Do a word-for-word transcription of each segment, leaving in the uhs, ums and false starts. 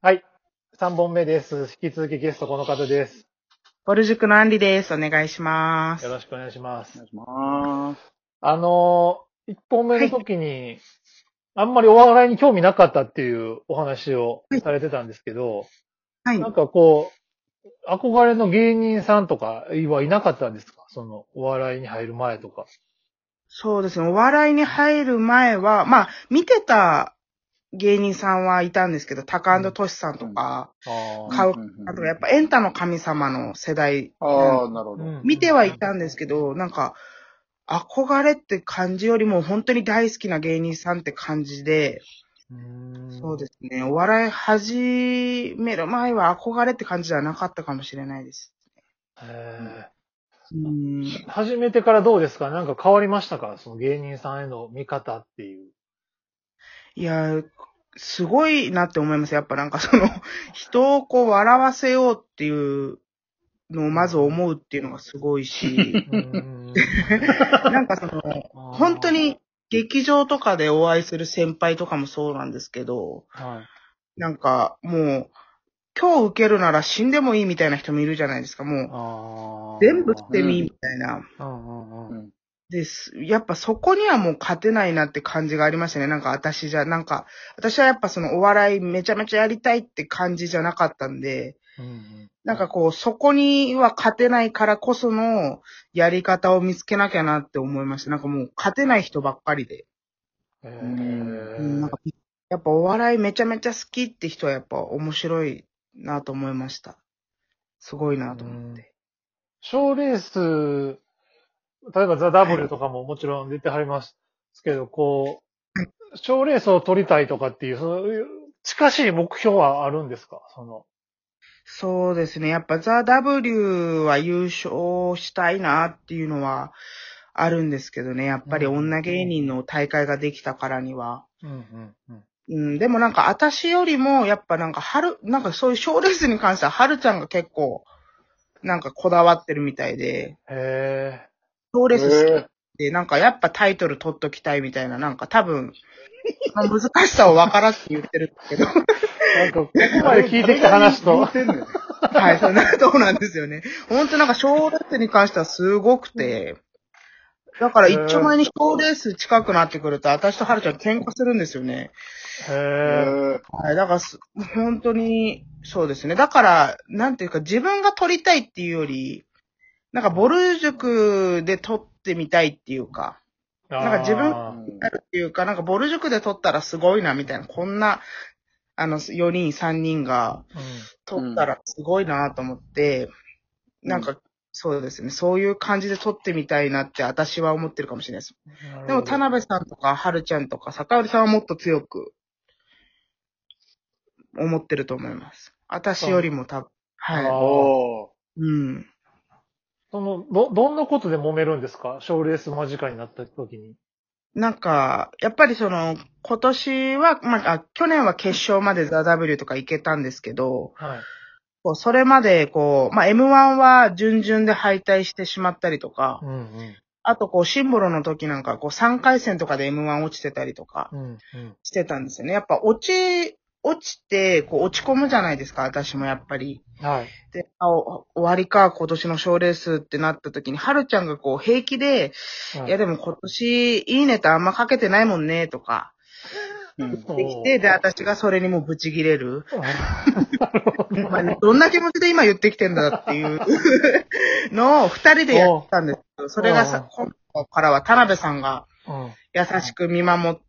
はい。さんぼんめです。引き続きゲストこの方です。 ぼる塾のアンリです。お願いします。 よろしくお願いします。 お願いします。 あの、いっぽんめのはい。 時に、あんまりお笑いに興味なかったっていうお話をはい。 されてたんですけど、 はい。 なんかこう、憧れの芸人さんとかはいなかったんですか？その、お笑いに入る前とか。 そうですね。お笑いに入る前は、まあ、見てた芸人さんはいたんですけど、タカアンドトシさんとか、 ああ。 カウ、 うんうんうんあとやっぱエンタの神様の世代なんああ、なるほど。 うん見てはいたんですけど、なんか、憧れって感じよりも本当に大好きな芸人さんって感じで、 うーん。 そうですね。お笑い始める前は憧れって感じではなかったかもしれないです。 へうーーん。 始めてからどうですか？なんか変わりましたか？その芸人さんへの見方っていう。 いや、すごいなって思います。やっぱなんかその、人をこう笑わせようっていうのをまず思うっていうのがすごいし、 うーん。 なんかその、本当に劇場とかでお会いする先輩とかもそうなんですけど、 はい。 なんかもう、今日受けるなら死んでもいいみたいな人もいるじゃないですか。もう、 あ全部捨てみみたいな。 あ。うんうんうん。 うん。 です。やっぱそこにはもう勝てないなって感じがありましたね。なんか私じゃ、なんか、私はやっぱそのお笑いめちゃめちゃやりたいって感じじゃなかったんで、 うんうんなんかこう、そこには勝てないからこそのやり方を見つけなきゃなって思いました。なんかもう勝てない人ばっかりで。 へうん、なんえ。 か、やっぱお笑いめちゃめちゃ好きって人はやっぱ面白いなと思いました。すごいなと思っうん。 て。 賞レース、例えばザ・はい。 W とかももちろん出てはりますけど、こう、賞レースを取りたいとかっていう、そういう近しい目標はあるんですか？その。 そうですね。やっぱザ・ W は優勝したいなっていうのはあるんですけどね。やっぱりうんうん。 女芸人の大会ができたからには。 うんうんうん。 うん、でもなんか私よりも、やっぱなんか春、なんかそういう賞レースに関しては春ちゃんが結構なんかこだわってるみたいで、 へえ。 賞レース好きえで、なんかやっぱタイトル取っときたいみたいな、なんか多分、その難しさを分からって言ってるんですけど。 なんか、ここえまで聞いてきた話と。 誰が言うてんねん。 はい、そうな、そうなんですよね。本当なんか賞レースに関してはすごくて、だから一丁前に賞レース近くなってくると、私とはるちゃん喧嘩するんですよね。 へえ。 えはい、だからす、本当に、そうですね。だから、なんていうか、自分が取りたいっていうより、なんか、ボル塾で取ってみたいっていうか、なんか自分がああ。 うんあるっていうか、なんか、ボル塾で取ったらすごいな、みたいな、こんな、あの、よにん、さんにんがうん。 取ったらすごいなと思って、なんか、そうですね。そういう感じで撮ってみたいなって私は思ってるかもしれないです。でも、 なるほど。 田辺さんとか、はるちゃんとか、坂織さんはもっと強く思ってると思います。私よりも多分。 あはい。 あ。 おー。 うん。 その、ど、どんなことで揉めるんですか？賞レース間近になった時に。 なんか、やっぱりその、今年は、まあ、あ去年は決勝までザ・ W とか行けたんですけど、 はい。 こうそれまで、こう、まあ、エムワン は準々で敗退してしまったりとか、 うんあとこう、シンボルの時なんか、こう、さんかい戦とかで エムワン 落ちてたりとかうん。うんうん。 してたんですよね。やっぱ落ち、落ちて、こう、落ち込むじゃないですか、私もやっぱり。 はい。 で、あ、お終わりか、今年の賞レースってなった時に、はるちゃんがこう、平気で、 はい。 いやでも今年、いいネタあんまかけてないもんね、とか、 うん。 できて、で、私がそれにもうブチギレる。 おーなるほど。 お前、どんな気持ちで今言ってきてんだっていうのを二人でやったんですけど、それがさ、今度からは田辺さんがうん。 優しく見守って、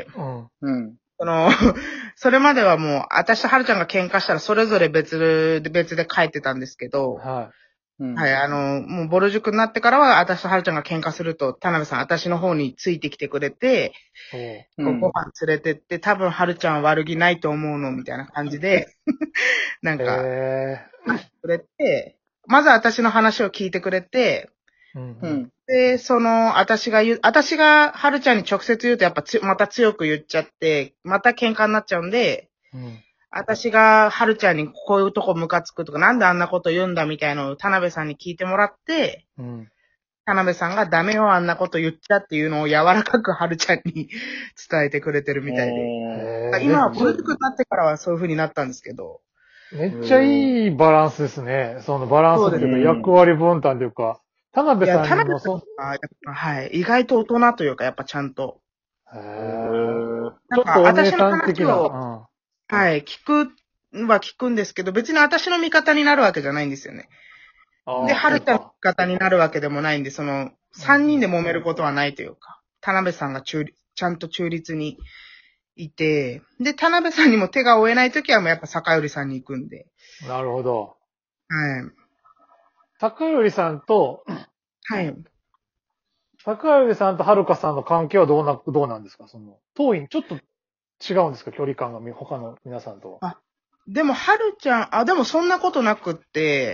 うん。 うん。 その、それまではもう、私とはるちゃんが喧嘩したらそれぞれ別で、別で帰ってたんですけど、 はうん。 はい、あの、もうボル塾になってからは、私とはるちゃんが喧嘩すると、田辺さん、私の方についてきてくれて、 い。おう。 うん。 こうご飯連れてって、多分はるちゃんは悪気ないと思うの、みたいな感じで、なんへか、 え。 くれて、まず私の話を聞いてくれて、 うんうん。 うん。 で、その、私が言う、私がはるちゃんに直接言うとやっぱつ、また強く言っちゃって、また喧嘩になっちゃうんで、 うん私がはるちゃんにこういうとこムカつくとか、なんであんなこと言うんだみたいなのを田辺さんに聞いてもらって、 うん。 田辺さんがダメよ、あんなこと言っちゃっていうのを柔らかくはるちゃんに伝えてくれてるみたいで。 へー今はめっちボル塾になってからはそういう風になったんですけど。 ゃめっちゃいいバランスですね。そのバランスっていうかそうですね役割分担というか、田い辺や、田さんにもそ、 辺さんは、やっぱ、はい。意外と大人というか、やっぱちゃんと。 へへーーちょっとお姉さん的な。 私の話をうんはい。聞くは聞くんですけど、別に私の味方になるわけじゃないんですよね。で、 ああ、 はるちゃんのそうか。 味方になるわけでもないんで、その、三人で揉めることはないというか、田辺さんが中立、ちゃんと中立にいて、で、田辺さんにも手が負えないときはもうやっぱ坂寄さんに行くんで。 なるほど。 はい。 高頼さんと、 はい。 高頼さんとはるかさんの関係はどうな、どうなんですかその、遠い、ちょっと違うんですか距離感がみ他の皆さんとは。 でも、はるちゃん、あ、でもそんなことなくって、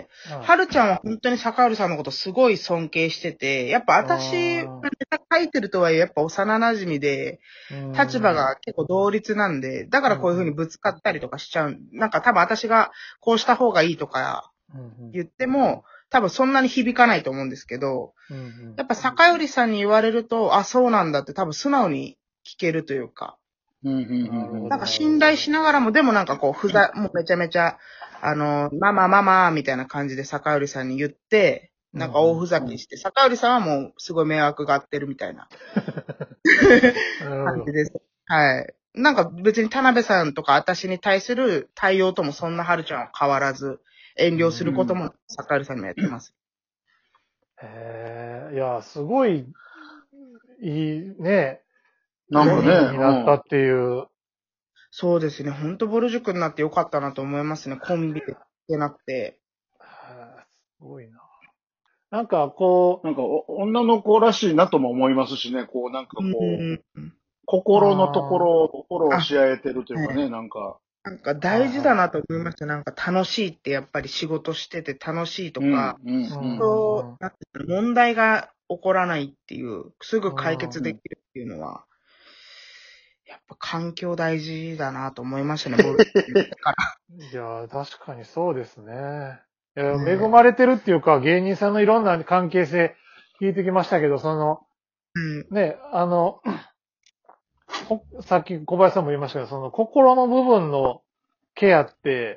はいはるちゃんは本当に坂寄さんのことすごい尊敬してて、やっぱ私、 あーネタ書いてるとはいえ、やっぱ幼馴染で、立場が結構同率なんで、だからこういう風にぶつかったりとかしちゃう。なんか多分私がこうした方がいいとか言っても、多分そんなに響かないと思うんですけど、やっぱ坂寄さんに言われると、あ、そうなんだって多分素直に聞けるというか、 うんうんうんうんなんか信頼しながらも、でもなんかこう、ふざ、もうめちゃめちゃ、あの、ママママみたいな感じで坂寄さんに言って、なんか大ふざけして、坂寄さんはもうすごい迷惑があってるみたいな感じです。はい。なんか別に田辺さんとか私に対する対応ともそんなはるちゃんは変わらず、遠慮することも坂寄さんにもやってます。 へえ、いや、すごい、いいね、 なんかよにんになったね、 っていう。 そうですね。ほんとボル塾になってよかったなと思いますね。コンビでしてなくて。 へえすごいな。なんかこなんかお女の子らしいなとも思いますしね、こうなんかうこう、 ん。 心のところをフォローあ、 し合えてるというかはい。 ね、なんか。 なんか大事だなと思いました。なんか楽しいってやっぱり仕事してて楽しいとうん、 か、 うん、 う、ううん。 そう、なんていうの問題が起こらないっていう、すぐ解決でうんきるっていうのは、やっぱ環境大事だなと思いましたね、ボルだから。 いや、確かにそうですね。いや、 うん恵まれてるっていうか、芸人さんのいろんな関係性聞いてきましたけど、その、 うん。 ね、あの、こさっき小林さんも言いましたけど、その心の部分のケアって、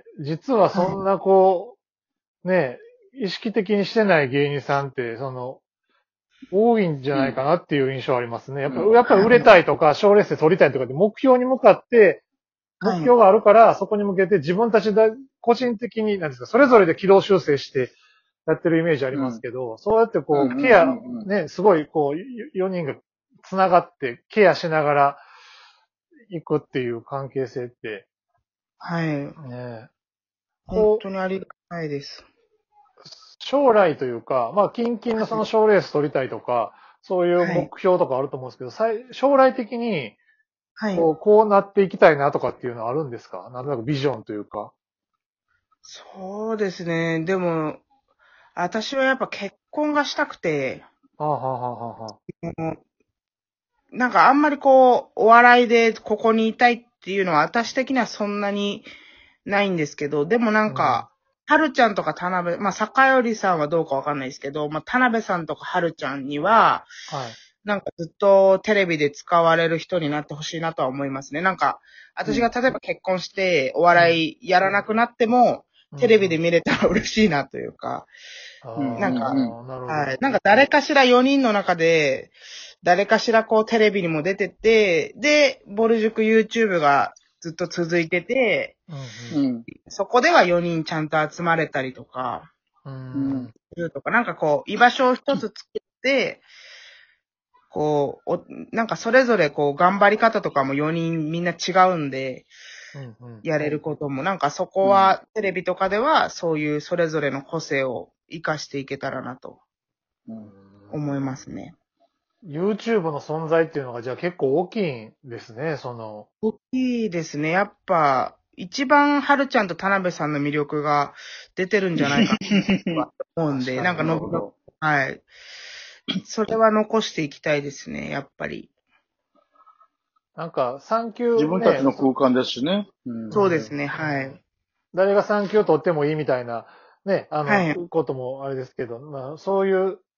実はそんなこう、ね、意識的にしてない芸人さんって、その、多いんじゃないかなっていう印象ありますね。やっぱ、 うんやっぱり売れたいとか、賞レースで取りたいとかって目標に向かって、目はい。 標があるから、そこに向けて自分たちで個人的に、なんですか、それぞれで軌道修正してやってるイメージありますけど、そうやってこう、 うんうんケア、 うんうんね、すごいこう、よにんが繋がってケアしながら行くっていう関係性って、 はい。 ね、 本こう、 当にありがたいです。 将来というか、まあ、近々のその賞レース取りたいとか、そういうはい目標とかあると思うんですけど、さい将来的に、 はい。 こう、こうなっていきたいなとかっていうのはあるんですかなんとなくビジョンというか。 そうですね。でも、私はやっぱ結婚がしたくて、 はあ、はあはあはあはあ、 なんかあんまりこう、お笑いでここにいたいっていうのは私的にはそんなにないんですけど、でもなんか、はるちゃんとか田辺、まあ、坂寄さんはどうかわかんないですけど、まあ、田辺さんとかはるちゃんには、 はい。 なんかずっとテレビで使われる人になってほしいなとは思いますね。なんか、私が例えば結婚してお笑いやらなくなっても、テレビで見れたら嬉しいなというか、 うんなんかうんなるほど。 はい。なんか誰かしらよにんの中で、誰かしらこうテレビにも出てて、で、ボル塾 YouTube がずっと続いてて、 うんうん。 そこではよにんちゃんと集まれたりとか、 うんうんするとか、なんかこう、居場所を一つ作って、こう、おなんかそれぞれこう、頑張り方とかもよにんみんな違うんで、 うんうんやれることも、なんかそこは、テレビとかでは、そういうそれぞれの個性を活かしていけたらなとうん思いますね。 YouTube の存在っていうのがじゃあ結構大きいんですね、その。 大きいですね。やっぱ、一番はるちゃんと田辺さんの魅力が出てるんじゃないかなと思うんで、 確かになんかのびの、はい。それは残していきたいですね、やっぱり。 なんか、産休自分たちのね、 空間ですしね。うんそうですね、はい。 誰が産休取ってもいいみたいな、ね、あの、 はいこともあれですけど、まあ、そういう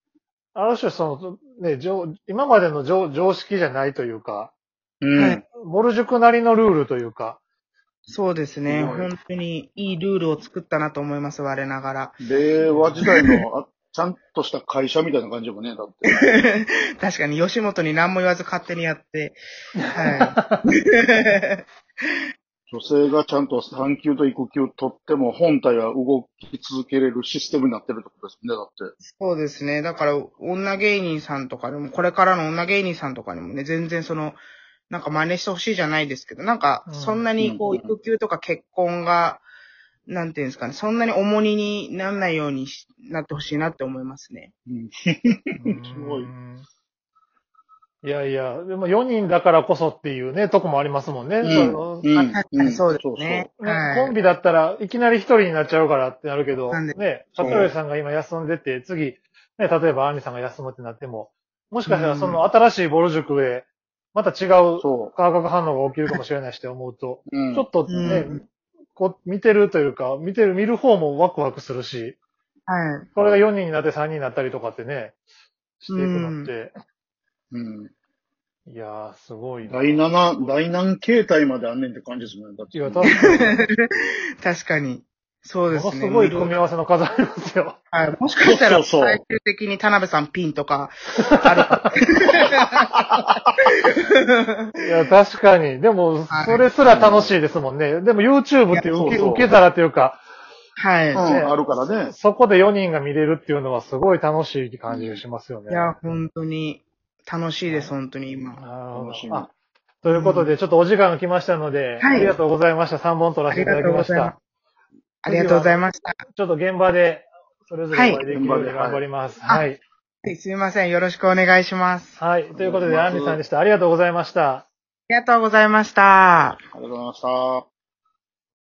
ある種その、ね、常今までの常常識じゃないというか、 うん。 はいボル塾なりのルールというか、 そうですね。 すごい本当にいいルールを作ったなと思います、我ながら。 令和時代のあちゃんとした会社みたいな感じもね、だって。 確かに吉本に何も言わず勝手にやって。はい。 女性がちゃんと産休と育休取っても本体は動き続けれるシステムになってるってことですね、だって。 そうですね。だから、女芸人さんとかでも、これからの女芸人さんとかにもね、全然その、なんか真似してほしいじゃないですけど、なんか、そんなにこう、 うん育休とか結婚が、なんていうんですかね、そんなに重荷にならないようにしなってほしいなって思いますね。 うんすごい。 いやいや、でもよにんだからこそっていうね、とこもありますもんね。 うんそのうんまあ確かにそうですね。 ねはいコンビだったらいきなり一人になっちゃうからってなるけど、 なんでね、 そう里吉さんが今休んでて、次、ね、例えばアンリさんが休むってなっても、もしかしたらその新しいボル塾で、また違うそ化学反応が起きるかもしれないしって思うと、 う。うん。 ちょっとうねん、 こう見てるというか、見てる、見る方もワクワクするし、 はい。 これがよにんになってさんにんになったりとかってね、していくのって、 うん。 いやー、すごいな。 第七、第何形態まであんねんって感じですね。だっていや、確かに。 確かに。そうですね。 ものすごい組み合わせの数ありますよ。 はい。もしかしたら、 そうそうそう最終的に田辺さんピンとか、あるか。 いや、確かに。でも、 はいそれすら楽しいですもんね。でも YouTube っていう受けいやそうそう受け皿というか、 はい。 うん、 ねあるからね。 そこでよにんが見れるっていうのはすごい楽しい感じがしますよね。 いや、本当に、楽しいです、本当に今。 なるほ楽しみど。あ、ということで、ちょっとお時間が来ましたので、 はいありがとうございました。さんぼん取らあせていただきましりがとうございますた。。 ありがとうございました。 ちょっと現場で、それぞれお会いできるようにはい頑張ります。 はいはい。 はいすみません。よろしくお願いします。あはい。ということで、アンリさんでした。ありがとうございました。 りがとうございました。 ありがとうございました。